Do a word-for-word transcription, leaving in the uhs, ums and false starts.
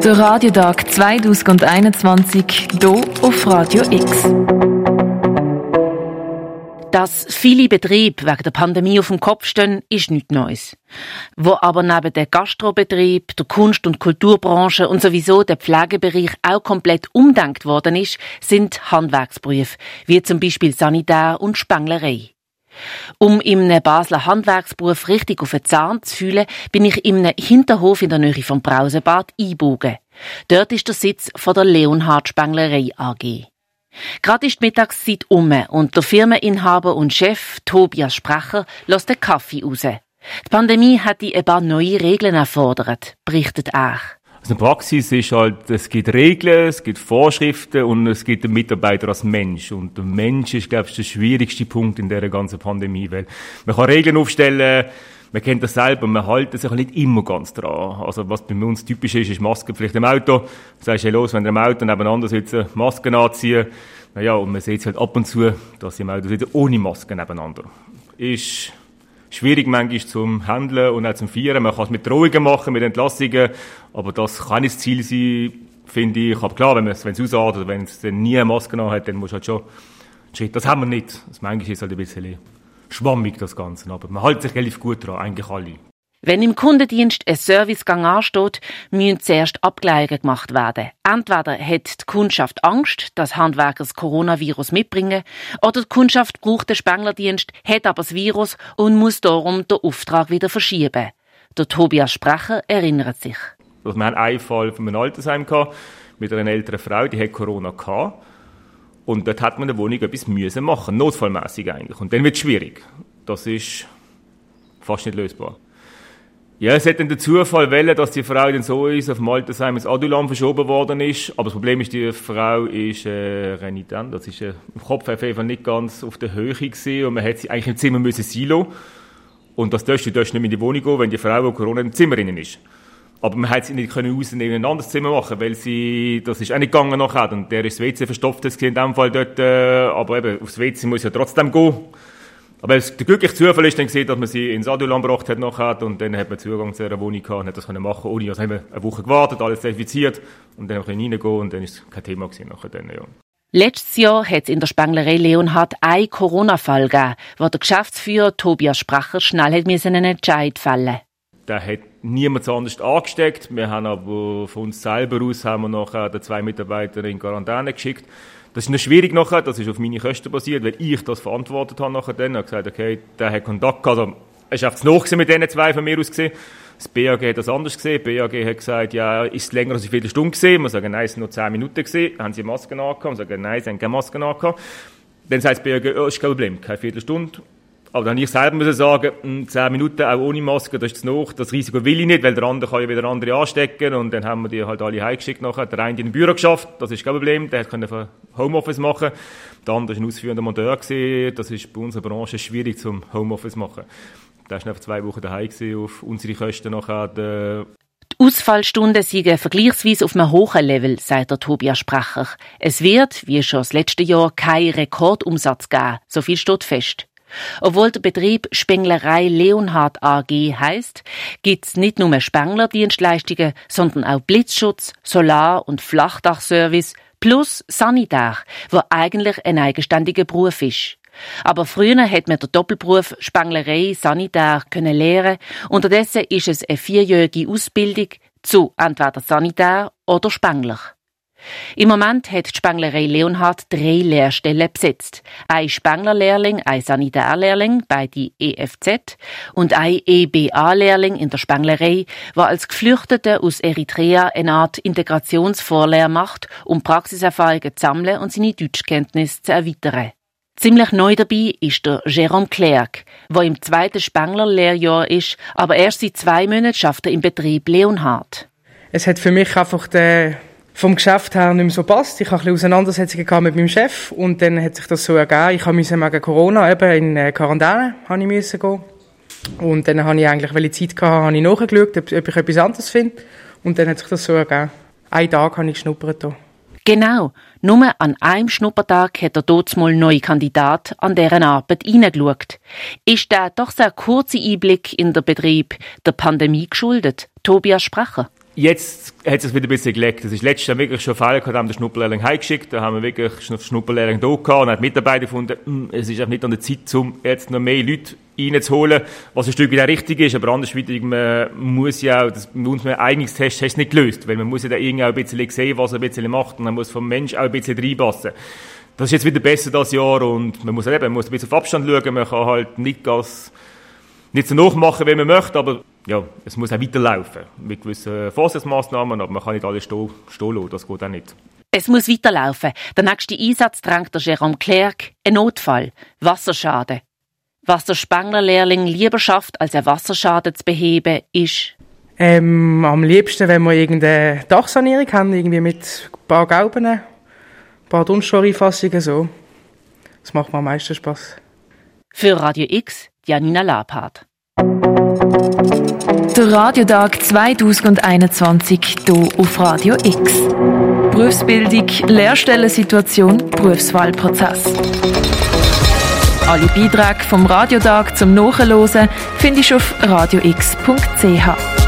Der Radiotag zwanzig einundzwanzig, hier auf Radio X. Dass viele Betriebe wegen der Pandemie auf dem Kopf stehen, ist nichts Neues. Wo aber neben dem Gastrobetrieb, der Kunst- und Kulturbranche und sowieso der Pflegebereich auch komplett umdenkt worden ist, sind Handwerksberufe, wie zum Beispiel Sanitär und Spenglerei. Um in einem Basler Handwerksberuf richtig auf den Zahn zu fühlen, bin ich in einem Hinterhof in der Nähe vom Brausebad eingebogen. Dort ist der Sitz von der Leonhard Spenglerei A G. Gerade ist die Mittagszeit um und der Firmeninhaber und Chef Tobias Sprecher lässt den Kaffee raus. Die Pandemie hat ein paar neue Regeln erfordert, berichtet er. Also in der Praxis ist halt, es gibt Regeln, es gibt Vorschriften und es gibt den Mitarbeiter als Mensch. Und der Mensch ist, glaube ich, der schwierigste Punkt in dieser ganzen Pandemie, weil man kann Regeln aufstellen, man kennt das selber, man hält sich nicht immer ganz dran. Also was bei uns typisch ist, ist Maskenpflicht im Auto. Du sagst, hey, los, wenn ihr im Auto nebeneinander sitzen, Masken anziehen. Naja, und man sieht es halt ab und zu, dass sie im Auto sitzen, ohne Masken nebeneinander. Ist schwierig manchmal zum Handeln und auch zum Feiern. Man kann es mit Drohungen machen, mit Entlassungen, aber das kann nicht das Ziel sein, finde ich. Aber klar, wenn es ausartet, wenn es dann nie eine Maske hat, dann muss halt schon Schritt. Das haben wir nicht. Das manchmal ist halt ein bisschen schwammig, das Ganze. Aber man hält sich relativ gut dran, eigentlich alle. Wenn im Kundendienst ein Servicegang ansteht, müssen zuerst Abgleichungen gemacht werden. Entweder hat die Kundschaft Angst, dass Handwerker das Coronavirus mitbringen, oder die Kundschaft braucht den Spenglerdienst, hat aber das Virus und muss darum den Auftrag wieder verschieben. Der Tobias Sprecher erinnert sich. Also wir hatten einen Fall von einem Altersheim gehabt, mit einer älteren Frau, die hat Corona gehabt. Und dort hat man in der Wohnung etwas müssen machen, notfallmässig eigentlich. Und dann wird es schwierig. Das ist fast nicht lösbar. Ja, es hat dann der Zufall wollen, dass die Frau dann so ist, auf dem Altersheim ins Adulam verschoben worden ist. Aber das Problem ist, die Frau ist äh, renitent. Das ist äh, im Kopf auf jeden Fall nicht ganz auf der Höhe gewesen. Und man hätte sie eigentlich im Zimmer müssen silo. Und das darfst du, darfst nicht mehr in die Wohnung gehen, wenn die Frau, die Corona im Zimmer drin ist. Aber man hätte sie nicht können außen in ein anderes Zimmer machen, weil sie, das ist auch nicht gegangen nachher. Und der ist das W C verstopft, das in dem Fall dort, äh, aber eben, aufs W C muss ja trotzdem gehen. Aber der glückliche Zufall ist dann gesehen, dass man sie ins Adulam gebracht hat nachher, und dann hat man Zugang zu einer Wohnung gehabt und hat das können machen, ohne, also haben wir eine Woche gewartet, alles zertifiziert, und dann können wir reingehen, und dann ist es kein Thema gewesen nachher dann, ja. Letztes Jahr hat es in der Spenglerei Leonhard einen Corona-Fall gegeben, wo der Geschäftsführer Tobias Sprecher schnell hat einen Entscheid fällen. Der hat niemand anders angesteckt. Wir haben aber von uns selber aus haben wir nachher die zwei Mitarbeiter in Quarantäne geschickt. Das ist noch schwierig nachher, das ist auf meine Kosten basiert, weil ich das verantwortet habe nachher dann. Ich habe gesagt, okay, der hat Kontakt gehabt. Also, es war noch mit diesen zwei von mir aus gesehen. Das B A G hat das anders gesehen. Das B A G hat gesagt, ja, ist es länger als eine Viertelstunde gesehen? Wir sagen, nein, es sind nur zehn Minuten gesehen. Haben sie Masken angehabt? Wir sagen, nein, sie haben keine Masken angehabt. Dann sagt das B A G, oh, ist kein Problem, keine Viertelstunde. Aber dann habe ich selber müssen sagen, zehn Minuten auch ohne Maske, das ist zu noch. Das Risiko will ich nicht, weil der andere kann ja wieder andere anstecken. Und dann haben wir die halt alle heimgeschickt nachher. Der eine in den Büro geschafft, das ist kein Problem. Der konnte Homeoffice machen. Der andere war ein ausführender Monteur gewesen. Das ist bei unserer Branche schwierig zum Homeoffice machen. Der war einfach zwei Wochen daheim gewesen, auf unsere Kosten nachher. Die Ausfallstunden sind vergleichsweise auf einem hohen Level, sagt der Tobias Sprecher. Es wird, wie schon das letzte Jahr, keinen Rekordumsatz geben. So viel steht fest. Obwohl der Betrieb Spenglerei Leonhard A G heisst, gibt es nicht nur Spenglerdienstleistungen, sondern auch Blitzschutz, Solar- und Flachdachservice plus Sanitär, wo eigentlich ein eigenständiger Beruf ist. Aber früher hat man den Doppelberuf Spenglerei Sanitär können lernen. Unterdessen ist es eine vierjährige Ausbildung zu entweder Sanitär oder Spengler. Im Moment hat die Spenglerei Leonhard drei Lehrstellen besetzt. Ein Spenglerlehrling, ein Sanitärlehrling bei die E F Z und ein E B A-Lehrling in der Spenglerei, der als Geflüchteter aus Eritrea eine Art Integrationsvorlehre macht, um Praxiserfahrungen zu sammeln und seine Deutschkenntnisse zu erweitern. Ziemlich neu dabei ist der Jérôme Clerc, der im zweiten Spenglerlehrjahr ist, aber erst seit zwei Monaten schafft er im Betrieb Leonhard. Es hat für mich einfach den vom Geschäft her nicht mehr so passt. Ich hatte ein bisschen Auseinandersetzungen mit meinem Chef und dann hat sich das so ergeben. Ich musste wegen Corona eben in Quarantäne gehen. Und dann habe ich eigentlich, weil ich Zeit hatte, habe ich nachgeschaut, ob, ob ich etwas anderes finde. Und dann hat sich das so ergeben. Einen Tag habe ich geschnuppert hier. Genau, nur an einem Schnuppertag hat der dortmal neue Kandidat an deren Arbeit hineingeschaut. Ist der doch sehr kurze Einblick in den Betrieb der Pandemie geschuldet? Tobias Sprecher. Jetzt hat es sich wieder ein bisschen gelegt. Das ist letztes Jahr wirklich schon Fälle gehabt, haben den Schnupperlehrling heimgeschickt, da haben wir wirklich den Schnupperlehrling da gehabt und haben die Mitarbeiter gefunden, es ist einfach nicht an der Zeit, um jetzt noch mehr Leute reinzuholen, was ein Stück wieder richtig ist, aber andersweitig, man muss ja auch, das, bei uns ein Eignungstest hast du nicht gelöst, weil man muss ja da irgendwie auch ein bisschen sehen, was er ein bisschen macht und man muss vom Mensch auch ein bisschen reinpassen. Das ist jetzt wieder besser das Jahr und man muss eben, man muss ein bisschen auf Abstand schauen, man kann halt nicht ganz, nicht so nachmachen, wie man möchte, aber ja, es muss auch weiterlaufen, mit gewissen Vorsichtsmaßnahmen, aber man kann nicht alles stehen, stehen lassen, das geht auch nicht. Es muss weiterlaufen. Der nächste Einsatz drängt der Jérôme Clerc, ein Notfall, Wasserschaden. Was der Spengler-Lehrling lieber schafft, als einen Wasserschaden zu beheben, ist... Ähm, am liebsten, wenn wir irgendeine Dachsanierung haben, irgendwie mit ein paar Gauben, ein paar Dunststoffeinfassungen, so. Das macht mir am meisten Spass. Für Radio X, Janina Labhardt. Der Radiotag zwanzig einundzwanzig hier auf Radio X. Berufsbildung, Lehrstellensituation, Berufswahlprozess. Alle Beiträge vom Radiotag zum Nachhören findest du auf radio x punkt c h.